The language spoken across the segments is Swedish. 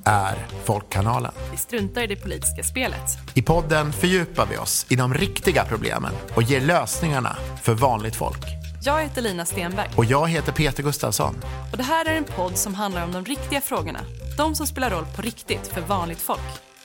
är Folkkanalen. Vi struntar i det politiska spelet. I podden fördjupar vi oss i de riktiga problemen och ger lösningarna för vanligt folk. Jag heter Lina Stenberg. Och jag heter Peter Gustafsson. Och det här är en podd som handlar om de riktiga frågorna. De som spelar roll på riktigt för vanligt folk.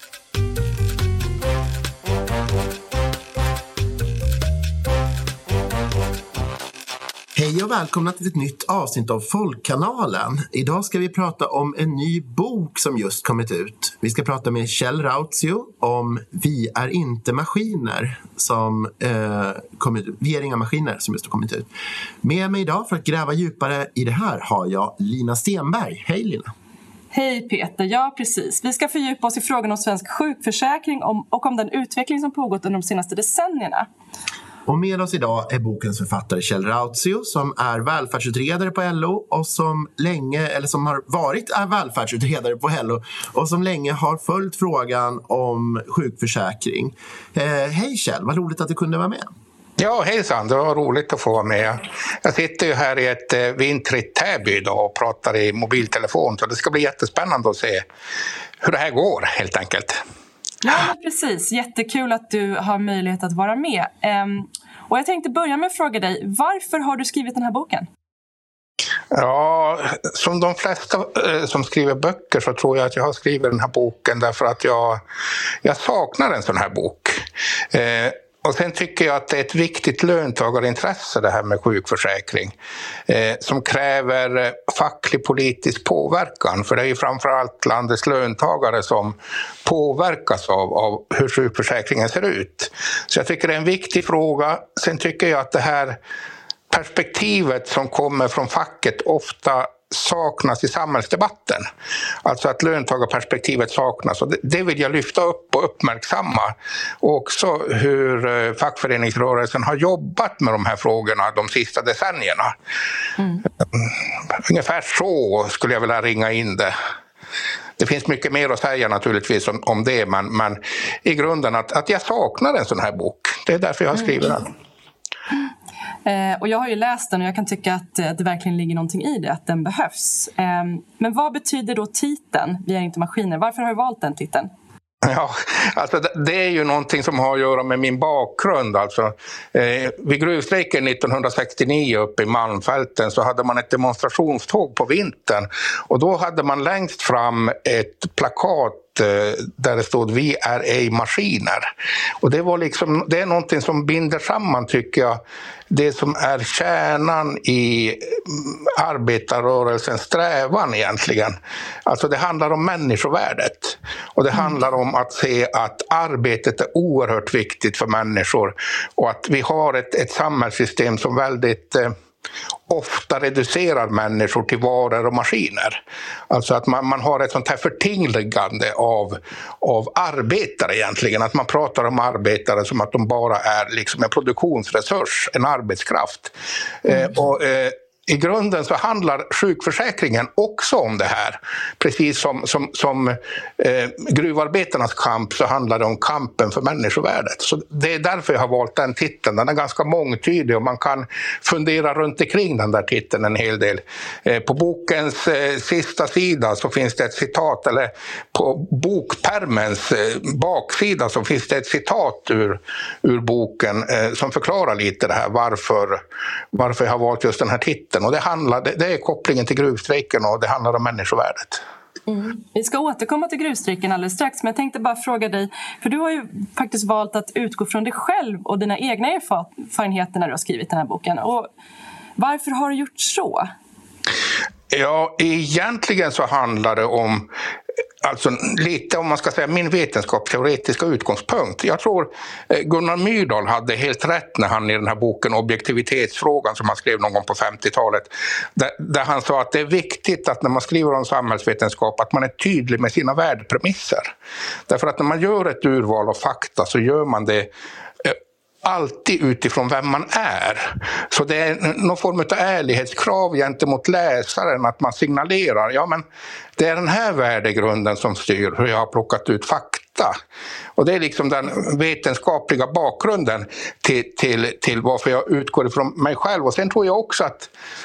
Hej och välkomna till ett nytt avsnitt av Folkkanalen. Idag ska vi prata om en ny bok som just kommit ut. Vi ska prata med Kjell Rautio om Vi är inte maskiner som Vi är inga maskiner som just har kommit ut. Med mig idag för att gräva djupare i det här har jag Lina Stenberg. Hej Lina. Hej Peter, ja precis. Vi ska fördjupa oss i frågan om svensk sjukförsäkring och om den utveckling som pågått under de senaste decennierna. Och med oss idag är bokens författare Kjell Rautio som är välfärdsutredare på LO och som har varit välfärdsutredare på LO och som länge har följt frågan om sjukförsäkring. Hej Kjell, vad roligt att du kunde vara med. Ja, hejsan, det var roligt att få vara med. Jag sitter ju här i ett vintrigt Täby idag och pratar i mobiltelefon, så det ska bli jättespännande att se hur det här går helt enkelt. Ja, precis. Jättekul att du har möjlighet att vara med. Och jag tänkte börja med att fråga dig, varför har du skrivit den här boken? Ja, som de flesta som skriver böcker så tror jag att jag har skrivit den här boken därför att jag saknar en sån här bok. Och sen tycker jag att det är ett viktigt löntagarintresse det här med sjukförsäkring som kräver facklig politisk påverkan. För det är ju framförallt landets löntagare som påverkas av hur sjukförsäkringen ser ut. Så jag tycker det är en viktig fråga. Sen tycker jag att det här perspektivet som kommer från facket ofta saknas i samhällsdebatten. Alltså att löntagarperspektivet saknas. Och det vill jag lyfta upp och uppmärksamma. Och också hur fackföreningsrörelsen har jobbat med de här frågorna de sista decennierna. Ungefär så skulle jag vilja ringa in det. Det finns mycket mer att säga naturligtvis om det. Men i grunden att jag saknar en sån här bok. Det är därför jag har skrivit den. Och jag har ju läst den och jag kan tycka att det verkligen ligger någonting i det, att den behövs. Men vad betyder då titeln Vi är inte maskiner? Varför har du valt den titeln? Ja, alltså det är ju någonting som har att göra med min bakgrund. Alltså, vid gruvstrejken 1969 uppe i Malmfälten så hade man ett demonstrationståg på vintern. Och då hade man längst fram ett plakat där det stod Vi är ej maskiner. Och det är någonting som binder samman, tycker jag, det som är kärnan i arbetarrörelsens strävan egentligen. Alltså det handlar om människovärdet. Och det handlar om att se att arbetet är oerhört viktigt för människor. Och att vi har ett samhällssystem som väldigt ofta reducerar människor till varor och maskiner. Alltså att man har ett sånt här förtingligande av arbetare egentligen. Att man pratar om arbetare som att de bara är liksom en produktionsresurs, en arbetskraft. I grunden så handlar sjukförsäkringen också om det här. Precis som gruvarbetarnas kamp så handlar det om kampen för människovärdet. Så det är därför jag har valt den titeln. Den är ganska mångtydig och man kan fundera runt omkring den där titeln en hel del. På bokens sista sida så finns det ett citat, eller på bokpärmens baksida så finns det ett citat ur boken som förklarar lite det här varför jag har valt just den här titeln. Och det är kopplingen till gruvstrejken och det handlar om människovärdet. Vi ska återkomma till gruvstrejken alldeles strax, men jag tänkte bara fråga dig, för du har ju faktiskt valt att utgå från dig själv och dina egna erfarenheter när du har skrivit den här boken. Och varför har du gjort så? Ja, egentligen så handlar det om alltså lite, om man ska säga, min vetenskapsteoretiska utgångspunkt. Jag tror Gunnar Myrdal hade helt rätt när han i den här boken Objektivitetsfrågan som han skrev någon gång på 50-talet där han sa att det är viktigt att när man skriver om samhällsvetenskap att man är tydlig med sina värdepremisser. Därför att när man gör ett urval av fakta så gör man det alltid utifrån vem man är. Så det är någon form av ärlighetskrav gentemot läsaren att man signalerar, ja men det är den här värdegrunden som styr hur jag har plockat ut fakta. Och det är liksom den vetenskapliga bakgrunden till varför jag utgår ifrån mig själv. Och sen tror jag också att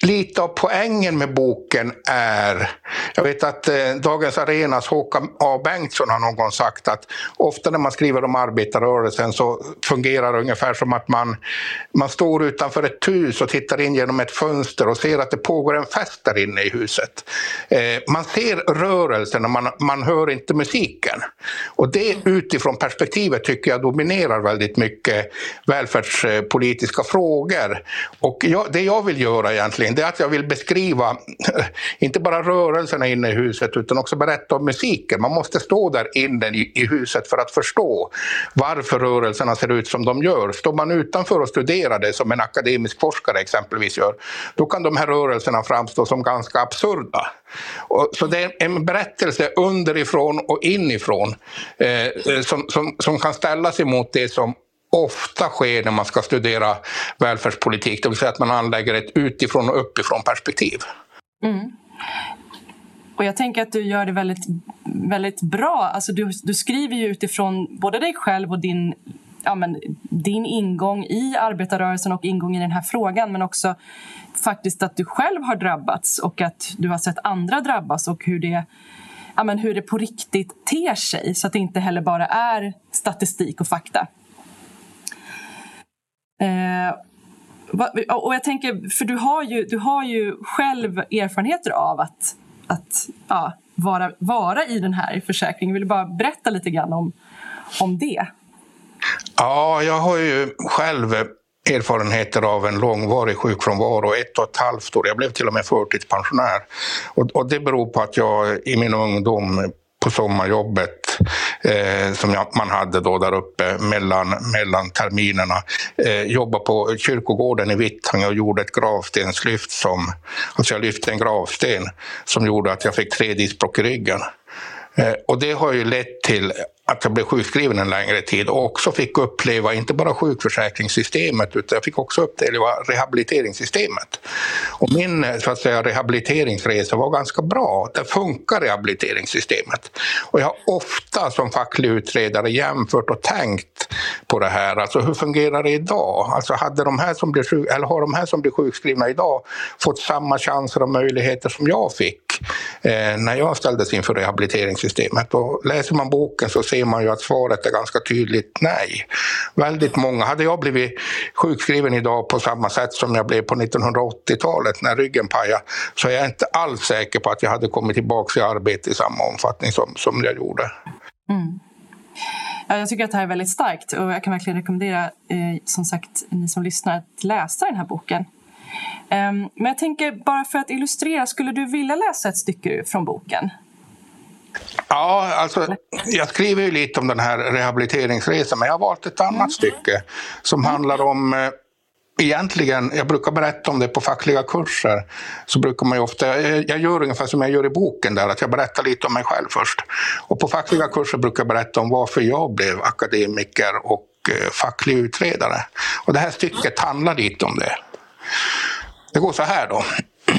lite av poängen med boken är, jag vet att Dagens Arenas Håkan A. Bengtsson har någon gång sagt att ofta när man skriver om arbetarrörelsen så fungerar det ungefär som att man står utanför ett hus och tittar in genom ett fönster och ser att det pågår en fest där inne i huset. Man ser rörelsen och man hör inte musiken. Och det utifrån perspektivet tycker jag dominerar väldigt mycket välfärdspolitiska frågor. Och det jag vill göra egentligen, det är att jag vill beskriva inte bara rörelserna inne i huset utan också berätta om musiken. Man måste stå där inne i huset för att förstå varför rörelserna ser ut som de gör. Står man utanför och studerar det som en akademisk forskare exempelvis gör, då kan de här rörelserna framstå som ganska absurda. Så det är en berättelse underifrån och inifrån som kan ställas emot det som ofta sker när man ska studera välfärdspolitik, det vill säga att man anlägger ett utifrån och uppifrån perspektiv. Mm. Och jag tänker att du gör det väldigt, väldigt bra. Alltså du skriver ju utifrån både dig själv och din ingång i arbetarrörelsen och ingång i den här frågan, men också faktiskt att du själv har drabbats och att du har sett andra drabbas och hur det på riktigt ter sig, så att det inte heller bara är statistik och fakta. Och jag tänker, för du har ju själv erfarenheter av att vara i den här försäkringen. Vill du bara berätta lite grann om det? Ja, jag har ju själv erfarenheter av en långvarig sjukfrånvaro, 1,5 år. Jag blev till och med förtidspensionär. Och det beror på att jag i min ungdom på sommarjobbet som man hade då där uppe mellan terminerna jobbade på kyrkogården i Vittange och gjorde ett gravstenslyft alltså jag lyfte en gravsten som gjorde att jag fick 3 diskbråck i ryggen. Och det har ju lett till att jag blev sjukskriven en längre tid och också fick uppleva inte bara sjukförsäkringssystemet utan jag fick också uppleva rehabiliteringssystemet. Och min så att säga rehabiliteringsresa var ganska bra. Det funkar rehabiliteringssystemet. Och jag har ofta som facklig utredare jämfört och tänkt på det här. Alltså hur fungerar det idag? Alltså har de här som blir sjukskrivna idag fått samma chanser och möjligheter som jag fick när jag ställdes inför rehabiliteringssystemet? Och läser man boken så ser man ju att svaret är ganska tydligt nej. Väldigt många. Hade jag blivit sjukskriven idag på samma sätt som jag blev på 1980-talet när ryggen pajade, så är jag inte alls säker på att jag hade kommit tillbaka i arbete i samma omfattning som jag gjorde. Mm. Ja, jag tycker att det här är väldigt starkt och jag kan verkligen rekommendera som sagt ni som lyssnar att läsa den här boken. Men jag tänker bara för att illustrera, skulle du vilja läsa ett stycke från boken? Ja, alltså jag skriver ju lite om den här rehabiliteringsresan, men jag har valt ett annat stycke som handlar om egentligen, jag brukar berätta om det på fackliga kurser, så brukar man ju ofta, jag gör ungefär som jag gör i boken där, att jag berättar lite om mig själv först. Och på fackliga kurser brukar jag berätta om varför jag blev akademiker och facklig utredare. Och det här stycket handlar lite om det. Det går så här då.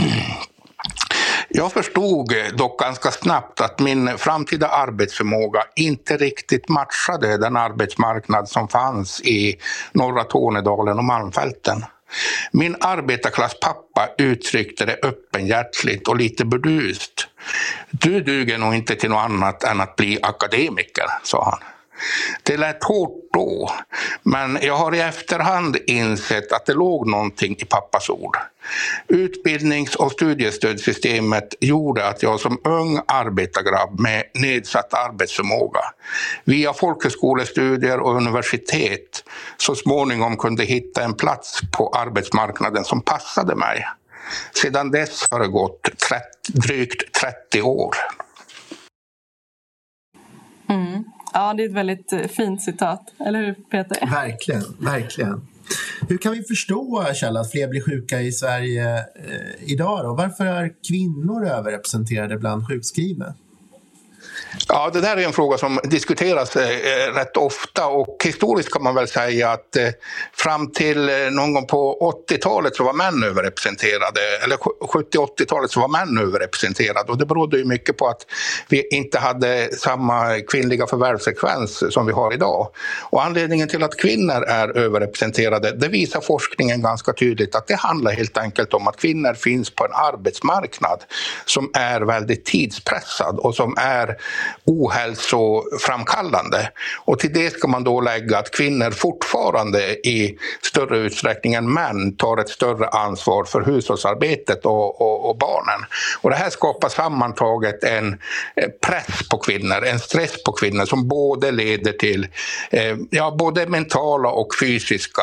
Jag förstod dock ganska snabbt att min framtida arbetsförmåga inte riktigt matchade den arbetsmarknad som fanns i norra Tornedalen och Malmfälten. Min arbetarklasspappa uttryckte det öppenhjärtligt och lite burdust. Du duger nog inte till något annat än att bli akademiker, sa han. Det lät hårt då, men jag har i efterhand insett att det låg någonting i pappas ord. Utbildnings- och studiestödssystemet gjorde att jag som ung arbetargrabb med nedsatt arbetsförmåga via folkhögskolestudier och universitet så småningom kunde hitta en plats på arbetsmarknaden som passade mig. Sedan dess har det gått drygt 30 år. Mm. Ja, det är ett väldigt fint citat. Eller hur, Peter? Verkligen, verkligen. Hur kan vi förstå, Kjell, att fler blir sjuka i Sverige idag då? Varför är kvinnor överrepresenterade bland sjukskrivna? Ja, det där är en fråga som diskuteras rätt ofta, och historiskt kan man väl säga att fram till någon gång på 80-talet så var män överrepresenterade, eller 70-80-talet så var män överrepresenterade, och det berodde ju mycket på att vi inte hade samma kvinnliga förvärvsfrekvens som vi har idag. Och anledningen till att kvinnor är överrepresenterade, det visar forskningen ganska tydligt att det handlar helt enkelt om att kvinnor finns på en arbetsmarknad som är väldigt tidspressad och som är ohälsoframkallande. Och till det ska man då lägga att kvinnor fortfarande i större utsträckning än män tar ett större ansvar för hushållsarbetet och barnen. Och det här skapar sammantaget en press på kvinnor, en stress på kvinnor som både leder till både mentala och fysiska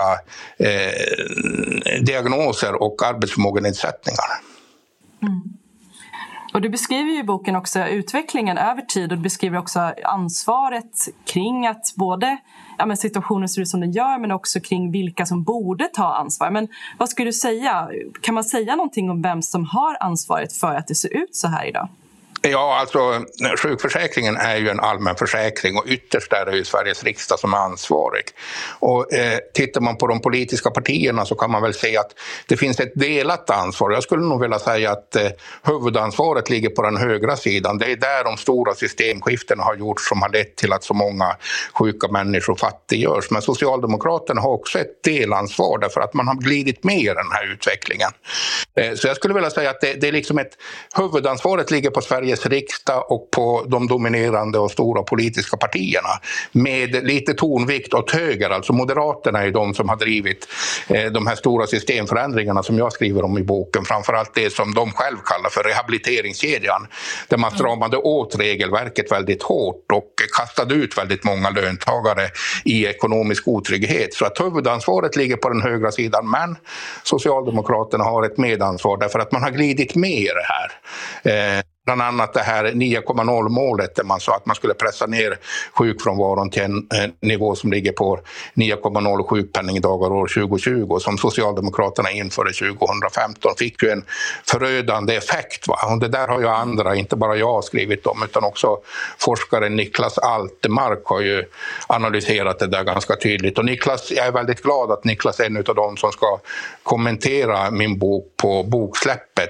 diagnoser och arbetsförmågenedsättningar. Mm. Och du beskriver ju i boken också utvecklingen över tid, och du beskriver också ansvaret kring att både situationen ser ut som den gör, men också kring vilka som borde ta ansvar. Men vad skulle du säga? Kan man säga någonting om vem som har ansvaret för att det ser ut så här idag? Ja, alltså sjukförsäkringen är ju en allmän försäkring, och ytterst är det ju Sveriges riksdag som är ansvarig. Och tittar man på de politiska partierna så kan man väl säga att det finns ett delat ansvar. Jag skulle nog vilja säga att huvudansvaret ligger på den högra sidan. Det är där de stora systemskiftena har gjorts som har lett till att så många sjuka människor fattiggörs. Men Socialdemokraterna har också ett delansvar därför att man har glidit med i den här utvecklingen. Så jag skulle vilja säga att det är liksom huvudansvaret ligger på Sveriges riksdag och på de dominerande och stora politiska partierna, med lite tonvikt åt höger. Alltså Moderaterna är de som har drivit de här stora systemförändringarna som jag skriver om i boken, framförallt det som de själv kallar för rehabiliteringskedjan, där man stramade åt regelverket väldigt hårt och kastade ut väldigt många löntagare i ekonomisk otrygghet. Så att huvudansvaret ligger på den högra sidan, men Socialdemokraterna har ett medansvar därför att man har glidit med i det här. Bland annat det här 9,0-målet där man sa att man skulle pressa ner sjukfrånvaron till en nivå som ligger på 9,0 sjukpenningdagar år 2020, som Socialdemokraterna införde 2015, fick ju en förödande effekt. Va? Och det där har ju andra, inte bara jag, skrivit om, utan också forskaren Niklas Altermark har ju analyserat det där ganska tydligt. Och Niklas, jag är väldigt glad att Niklas är en av de som ska kommentera min bok på boksläppet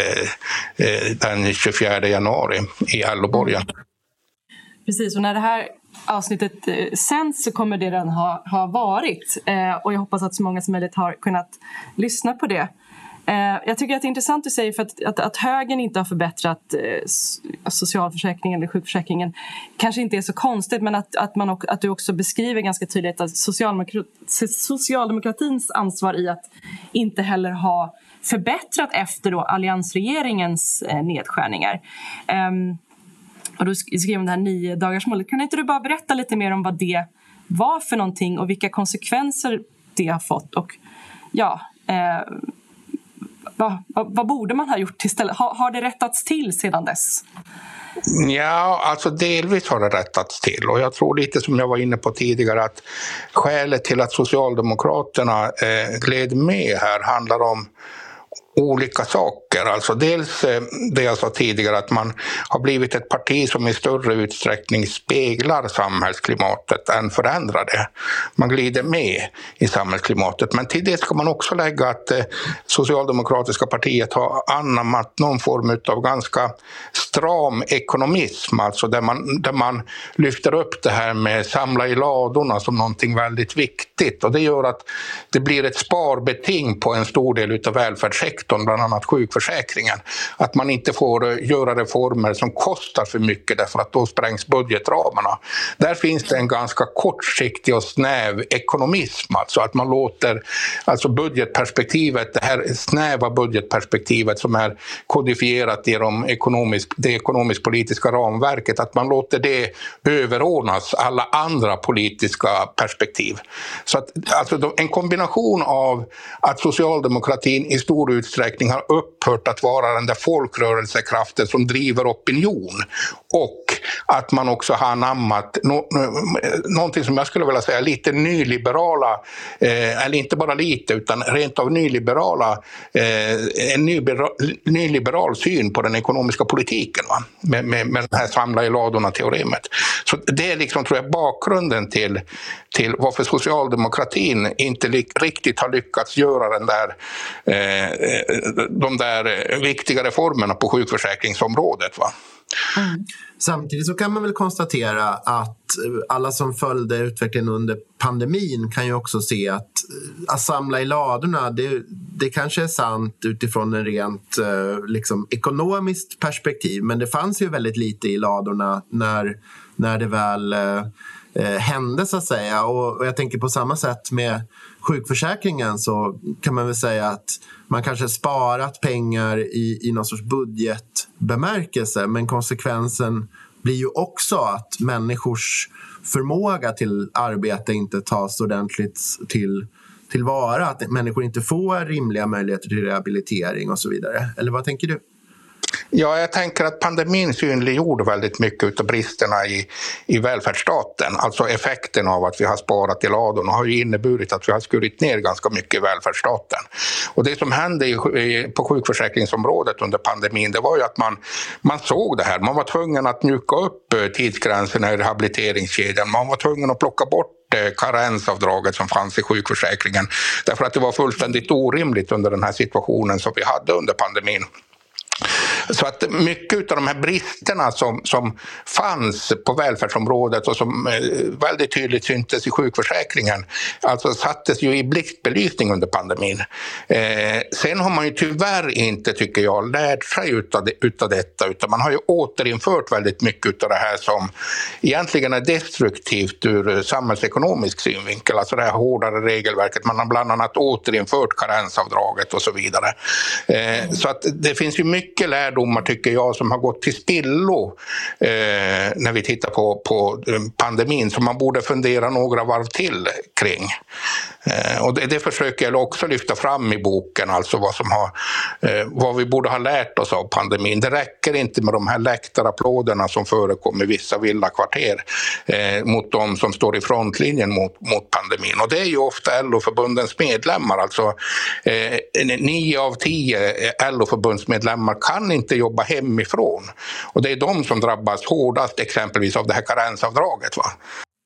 den 24 januari i Älvborgen. Precis, och när det här avsnittet sänds så kommer det redan ha varit. Och jag hoppas att så många som möjligt har kunnat lyssna på det. Jag tycker att det är intressant att säga, för att högern inte har förbättrat socialförsäkringen eller sjukförsäkringen kanske inte är så konstigt, men att du också beskriver ganska tydligt att socialdemokratins ansvar i att inte heller ha förbättrat efter då alliansregeringens nedskärningar. Och du skrev om det här 9-dagarsmålet. Kan inte du bara berätta lite mer om vad det var för någonting och vilka konsekvenser det har fått? Och vad borde man ha gjort istället? Har det rättats till sedan dess? Ja, alltså delvis har det rättats till, och jag tror lite som jag var inne på tidigare att skälet till att Socialdemokraterna gled med här handlar om olika saker. Alltså dels det jag sa tidigare, att man har blivit ett parti som i större utsträckning speglar samhällsklimatet än förändrar det. Man glider med i samhällsklimatet. Men till det ska man också lägga att Socialdemokratiska partiet har anammat någon form av ganska stram ekonomism, alltså där man lyfter upp det här med samla i ladorna som någonting väldigt viktigt, och det gör att det blir ett sparbeting på en stor del av välfärdssektorn, bland annat sjukförsäkringen, att man inte får göra reformer som kostar för mycket därför att då sprängs budgetramarna. Där finns det en ganska kortsiktig och snäv ekonomism, alltså att man låter budgetperspektivet, det här snäva budgetperspektivet som är kodifierat i det ekonomisk-politiska ramverket, att man låter det överordnas alla andra politiska perspektiv. Så att alltså en kombination av att socialdemokratin i stor utsträckning har upphört att vara den där folkrörelsekraften som driver opinion, och att man också har anammat någonting som jag skulle vilja säga lite nyliberala, eller inte bara lite utan rent av nyliberala, en nyliberal syn på den ekonomiska politiken, va? Med det här samla i ladorna-teoremet. Så det är liksom, tror jag, bakgrunden till varför socialdemokratin inte riktigt har lyckats göra de där viktiga reformerna på sjukförsäkringsområdet, va? Mm. Samtidigt så kan man väl konstatera att alla som följde utvecklingen under pandemin kan ju också se att samla i ladorna, det kanske är sant utifrån en rent liksom ekonomiskt perspektiv, men det fanns ju väldigt lite i ladorna när det väl hände, så att säga. Och jag tänker på samma sätt med sjukförsäkringen, så kan man väl säga att man kanske sparat pengar i någon sorts budgetbemärkelse, men konsekvensen blir ju också att människors förmåga till arbete inte tas ordentligt tillvara, att människor inte får rimliga möjligheter till rehabilitering och så vidare. Eller vad tänker du? Ja, jag tänker att pandemin synliggjorde väldigt mycket av bristerna i välfärdsstaten. Alltså effekten av att vi har sparat i ladorna har ju inneburit att vi har skurit ner ganska mycket i välfärdsstaten. Och det som hände på sjukförsäkringsområdet under pandemin, det var ju att man såg det här. Man var tvungen att mjuka upp tidsgränserna i rehabiliteringskedjan. Man var tvungen att plocka bort karensavdraget som fanns i sjukförsäkringen. Därför att det var fullständigt orimligt under den här situationen som vi hade under pandemin. Så att mycket av de här bristerna som fanns på välfärdsområdet och som väldigt tydligt syntes i sjukförsäkringen, alltså sattes ju i blixtbelysning under pandemin. Sen har man ju tyvärr inte, tycker jag, lärt sig utav detta, utan man har ju återinfört väldigt mycket av det här som egentligen är destruktivt ur samhällsekonomisk synvinkel, alltså det här hårdare regelverket. Man har bland annat återinfört karensavdraget och så vidare. Så att det finns ju mycket lärdomar, tycker jag, som har gått till spillo när vi tittar på pandemin, som man borde fundera några varv till kring. Och det försöker jag också lyfta fram i boken, alltså vad vi borde ha lärt oss av pandemin. Det räcker inte med de här läktarapplåderna som förekommer i vissa villakvarter mot de som står i frontlinjen mot pandemin. Och det är ju ofta LO-förbundens medlemmar, alltså 9 av 10 LO-förbundsmedlemmar kan inte jobba hemifrån. Och det är de som drabbas hårdast exempelvis av det här karensavdraget, va?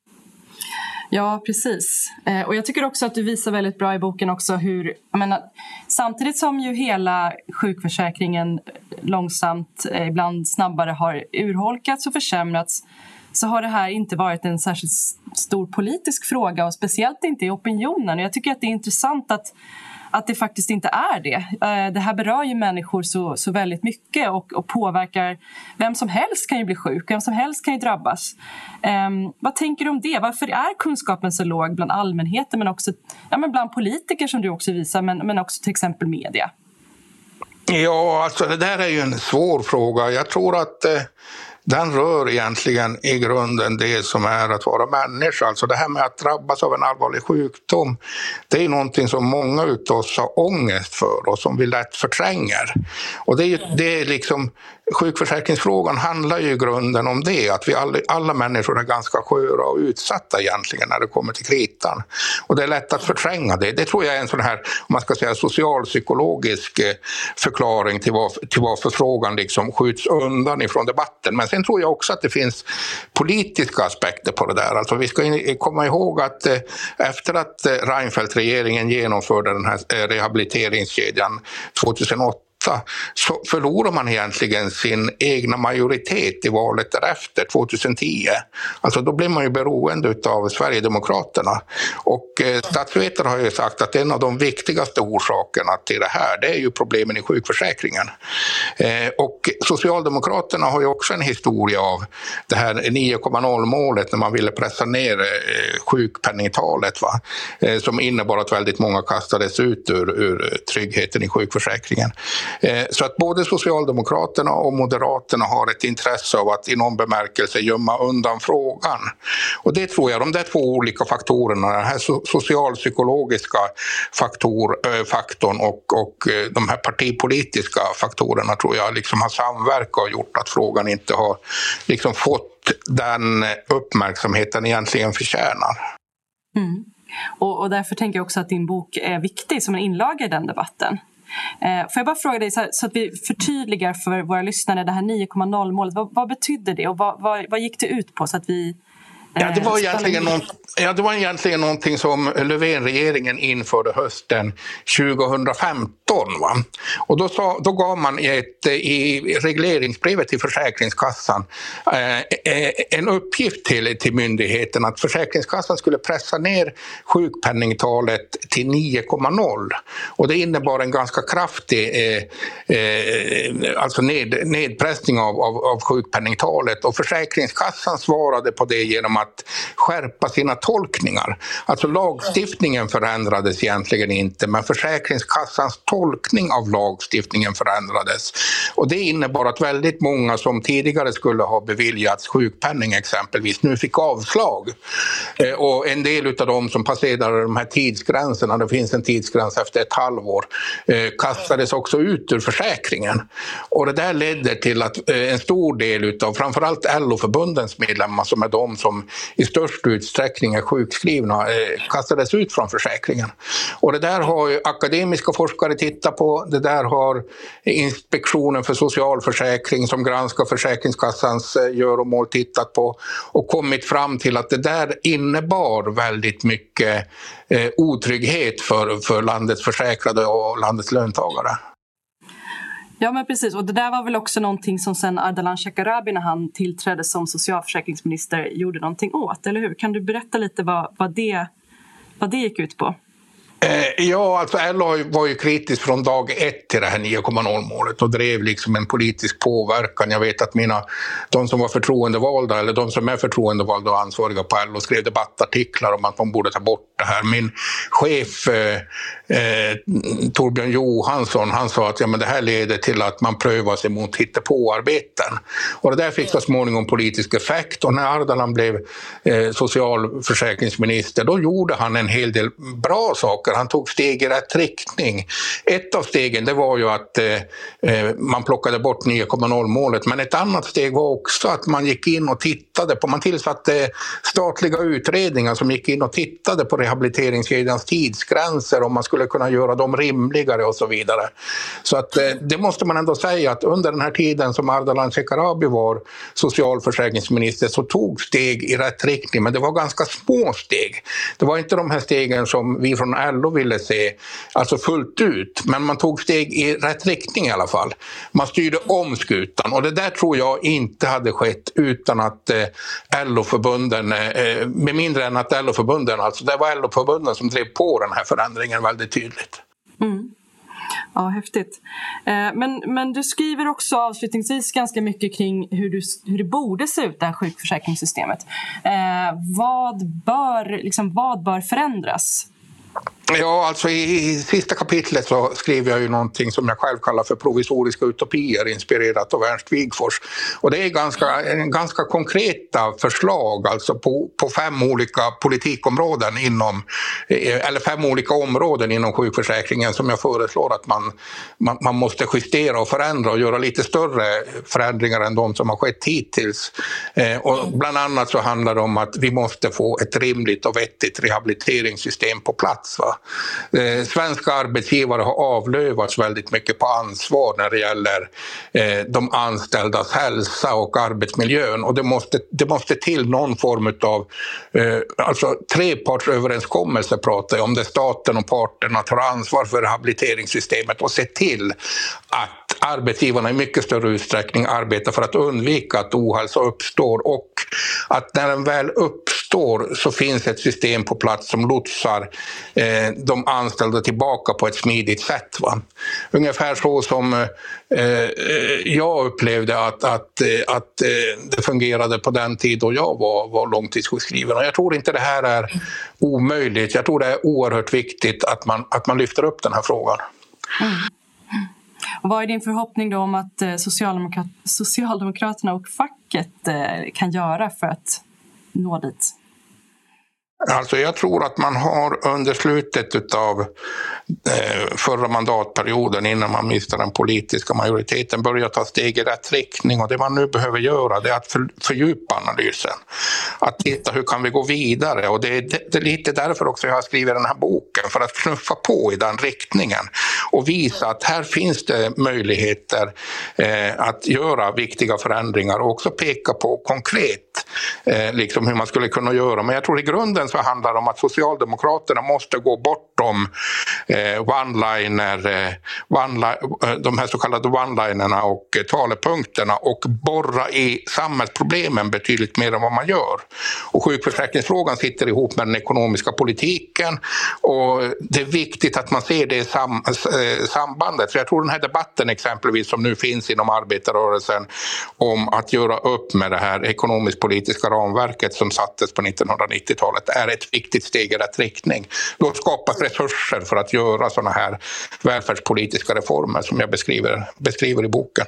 Ja, precis. Och jag tycker också att du visar väldigt bra i boken också hur, jag menar, samtidigt som ju hela sjukförsäkringen långsamt, ibland snabbare har urholkats och försämrats, så har det här inte varit en särskilt stor politisk fråga, och speciellt inte i opinionen. Och jag tycker att det är intressant att det faktiskt inte är det. Det här berör ju människor så väldigt mycket och påverkar. Vem som helst kan ju bli sjuk, vem som helst kan ju drabbas. Vad tänker du om det? Varför är kunskapen så låg bland allmänheten, men också bland politiker som du också visar, men också till exempel media? Ja, alltså det där är ju en svår fråga. Jag tror att den rör egentligen i grunden det som är att vara människa. Alltså det här med att drabbas av en allvarlig sjukdom, det är någonting som många utav oss har ångest för och som vi lätt förtränger. Och det är liksom, sjukförsäkringsfrågan handlar ju i grunden om det, att vi alla människor är ganska sköra och utsatta egentligen när det kommer till kritan. Och det är lätt att förtränga det. Det tror jag är en sån här, om man ska säga, socialpsykologisk förklaring till varför frågan liksom skjuts undan ifrån debatten. Men sen tror jag också att det finns politiska aspekter på det där. Alltså vi ska komma ihåg att efter att Reinfeldt-regeringen genomförde den här rehabiliteringskedjan 2008, så förlorar man egentligen sin egna majoritet i valet därefter, 2010. Alltså då blir man ju beroende av Sverigedemokraterna. Och statsvetare har ju sagt att en av de viktigaste orsakerna till det här, det är ju problemen i sjukförsäkringen. Och Socialdemokraterna har ju också en historia av det här 9,0-målet när man ville pressa ner sjukpenningtalet, va? Som innebar att väldigt många kastades ut ur tryggheten i sjukförsäkringen. Så att både Socialdemokraterna och Moderaterna har ett intresse av att i någon bemärkelse gömma undan frågan. Och det tror jag, de där två olika faktorerna, den här socialpsykologiska faktorn och de här partipolitiska faktorerna, tror jag liksom har samverkat och gjort att frågan inte har liksom fått den uppmärksamheten egentligen förtjänar. Mm. Och därför tänker jag också att din bok är viktig som en inlaga i den debatten. Får jag bara fråga dig så att vi förtydligar för våra lyssnare det här 9,0-målet. Vad betydde det och vad gick det ut på så att vi... Det var egentligen någonting som Löfven-regeringen införde hösten 2015. Va? Och då gav man i regleringsbrevet till Försäkringskassan en uppgift till myndigheten att Försäkringskassan skulle pressa ner sjukpenningtalet till 9,0. Och det innebar en ganska kraftig alltså nedpressning av sjukpenningtalet. Och Försäkringskassan svarade på det genom att skärpa sina tolkningar. Alltså lagstiftningen förändrades egentligen inte, men Försäkringskassans tolkning av lagstiftningen förändrades. Och det innebar att väldigt många som tidigare skulle ha beviljats sjukpenning exempelvis nu fick avslag. Och en del av dem som passerade de här tidsgränserna, det finns en tidsgräns efter ett halvår, kastades också ut ur försäkringen. Och det där ledde till att en stor del av framförallt LO-förbundens medlemmar, som är de som i störst utsträckning är sjukskrivna, kastades ut från försäkringen. Och det där har ju akademiska forskare tittat på, det där har Inspektionen för socialförsäkring som granskar Försäkringskassans göromål tittat på och kommit fram till att det där innebar väldigt mycket otrygghet för landets försäkrade och landets löntagare. Ja, men precis. Och det där var väl också någonting som sen Ardalan Shekarabi när han tillträdde som socialförsäkringsminister gjorde någonting åt, eller hur? Kan du berätta lite vad det gick ut på? Ja, alltså LO var ju kritisk från dag ett till det här 9,0-målet och drev liksom en politisk påverkan. Jag vet att de som var förtroendevalda eller de som är förtroendevalda och ansvariga på LO skrev debattartiklar om att man borde ta bort det här. Min chef Torbjörn Johansson, han sa att men det här leder till att man prövar sig mot hittepåarbeten. Och det där fick så småningom politisk effekt, och när Ardalan blev socialförsäkringsminister då gjorde han en hel del bra saker. Han tog steg i rätt riktning. Ett av stegen det var ju att man plockade bort 9,0-målet, men ett annat steg var också att man gick in och tittade på, man tillsatte statliga utredningar som gick in och tittade på rehabiliteringskedjans tidsgränser, om man skulle kunna göra dem rimligare och så vidare. Så att det måste man ändå säga att under den här tiden som Ardalan Shekarabi var socialförsäkringsminister så tog steg i rätt riktning, men det var ganska små steg. Det var inte de här stegen som vi från LO ville se, alltså fullt ut, men man tog steg i rätt riktning i alla fall. Man styrde om skutan, och det där tror jag inte hade skett utan att LO-förbunden, med mindre än att LO-förbunden, alltså det var LO-förbunden som drev på den här förändringen väldigt tydligt. Mm. Ja, häftigt. Men du skriver också avslutningsvis ganska mycket kring hur det borde se ut, det här sjukförsäkringssystemet. Vad bör förändras? Ja, alltså i sista kapitlet så skriver jag ju någonting som jag själv kallar för provisoriska utopier, inspirerat av Ernst Wigforss. Och det är ganska konkreta förslag, alltså på 5 olika politikområden eller 5 olika områden inom sjukförsäkringen som jag föreslår att man måste justera och förändra och göra lite större förändringar än de som har skett hittills. Och bland annat så handlar det om att vi måste få ett rimligt och vettigt rehabiliteringssystem på plats, va? Svenska arbetsgivare har avlövats väldigt mycket på ansvar när det gäller de anställdas hälsa och arbetsmiljön, och det måste till någon form av alltså trepartsöverenskommelse pratar jag om, där staten och parterna tar ansvar för rehabiliteringssystemet och ser till att arbetsgivarna i mycket större utsträckning arbetar för att undvika att ohälsa uppstår, och att när den väl uppstår så finns ett system på plats som lotsar de anställda tillbaka på ett smidigt sätt. Va? Ungefär så som jag upplevde att det fungerade på den tid då jag var långtidssjukskriven. Och jag tror inte det här är omöjligt. Jag tror det är oerhört viktigt att man lyfter upp den här frågan. Mm. Och vad är din förhoppning då om att Socialdemokraterna och facket kan göra för att nå dit? Alltså jag tror att man har under slutet av förra mandatperioden, innan man miste den politiska majoriteten, börjat ta steg i rätt riktning, och det man nu behöver göra det är att fördjupa analysen. Att titta hur kan vi gå vidare, och det är lite därför också jag har skrivit den här boken, för att knuffa på i den riktningen och visa att här finns det möjligheter att göra viktiga förändringar och också peka på konkret liksom hur man skulle kunna göra. Men jag tror i grunden så handlar det om att Socialdemokraterna måste gå bortom de här så kallade one-linerna och talepunkterna och borra i samhällsproblemen betydligt mer än vad man gör. Och sjukförsäkringsfrågan sitter ihop med den ekonomiska politiken, och det är viktigt att man ser det sambandet. Så jag tror den här debatten exempelvis som nu finns inom arbetarrörelsen om att göra upp med det här ekonomisk-politiska ramverket som sattes på 1990-talet är ett viktigt steg i rätt riktning. Då skapas resurser för att göra sådana här välfärdspolitiska reformer som jag beskriver i boken.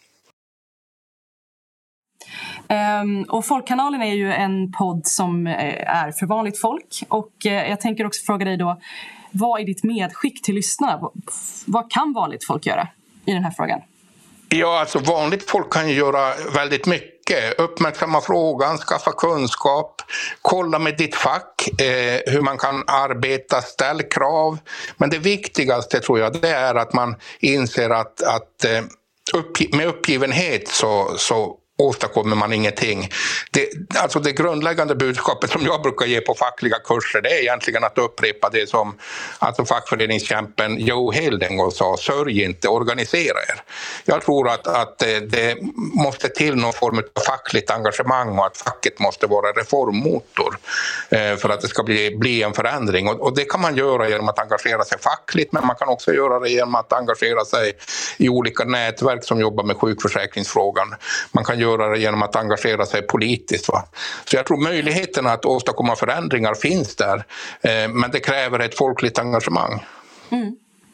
Och Folkkanalen är ju en podd som är för vanligt folk, och jag tänker också fråga dig då, vad är ditt medskick till lyssnarna? Vad kan vanligt folk göra i den här frågan? Ja, alltså vanligt folk kan ju göra väldigt mycket. Uppmärksamma frågan, skaffa kunskap, kolla med ditt fack hur man kan arbeta, ställ krav. Men det viktigaste tror jag det är att man inser att med uppgivenhet så åstadkommer man ingenting. Det grundläggande budskapet som jag brukar ge på fackliga kurser, det är egentligen att upprepa det som alltså fackföreningskämpen Joe Hill en gång sa: sörj inte, organisera er. Jag tror att det måste till någon form av fackligt engagemang, och att facket måste vara reformmotor för att det ska bli en förändring. Och det kan man göra genom att engagera sig fackligt, men man kan också göra det genom att engagera sig i olika nätverk som jobbar med sjukförsäkringsfrågan. Man kan göra det genom att engagera sig politiskt. Va? Så jag tror möjligheterna att åstadkomma förändringar finns där, men det kräver ett folkligt engagemang. Mm.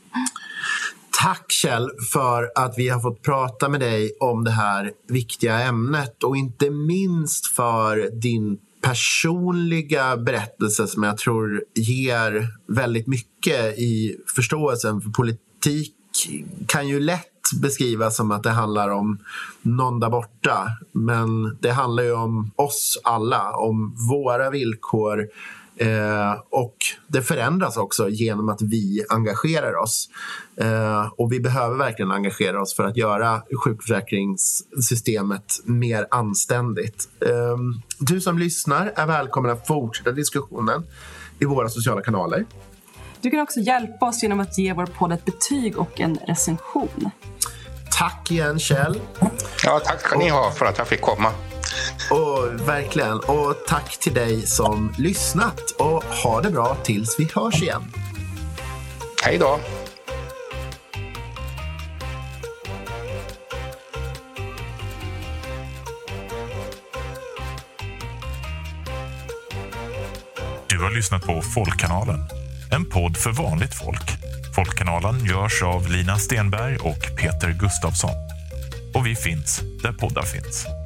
Tack Kjell för att vi har fått prata med dig om det här viktiga ämnet, och inte minst för din personliga berättelse som jag tror ger väldigt mycket i förståelsen för politik. Kan ju lätt beskrivas som att det handlar om någon där borta, men det handlar ju om oss alla, om våra villkor, och det förändras också genom att vi engagerar oss, och vi behöver verkligen engagera oss för att göra sjukförsäkringssystemet mer anständigt. Du som lyssnar är välkommen att fortsätta diskussionen i våra sociala kanaler. Du kan också hjälpa oss genom att ge vår podd ett betyg och en recension. Tack igen Kjell. Ja, tack ska ni ha för att jag fick komma. Och verkligen. Och tack till dig som lyssnat. Och ha det bra tills vi hörs igen. Hej då. Du har lyssnat på Folkkanalen. En podd för vanligt folk. Folkkanalen görs av Lina Stenberg och Peter Gustafsson. Och vi finns där poddar finns.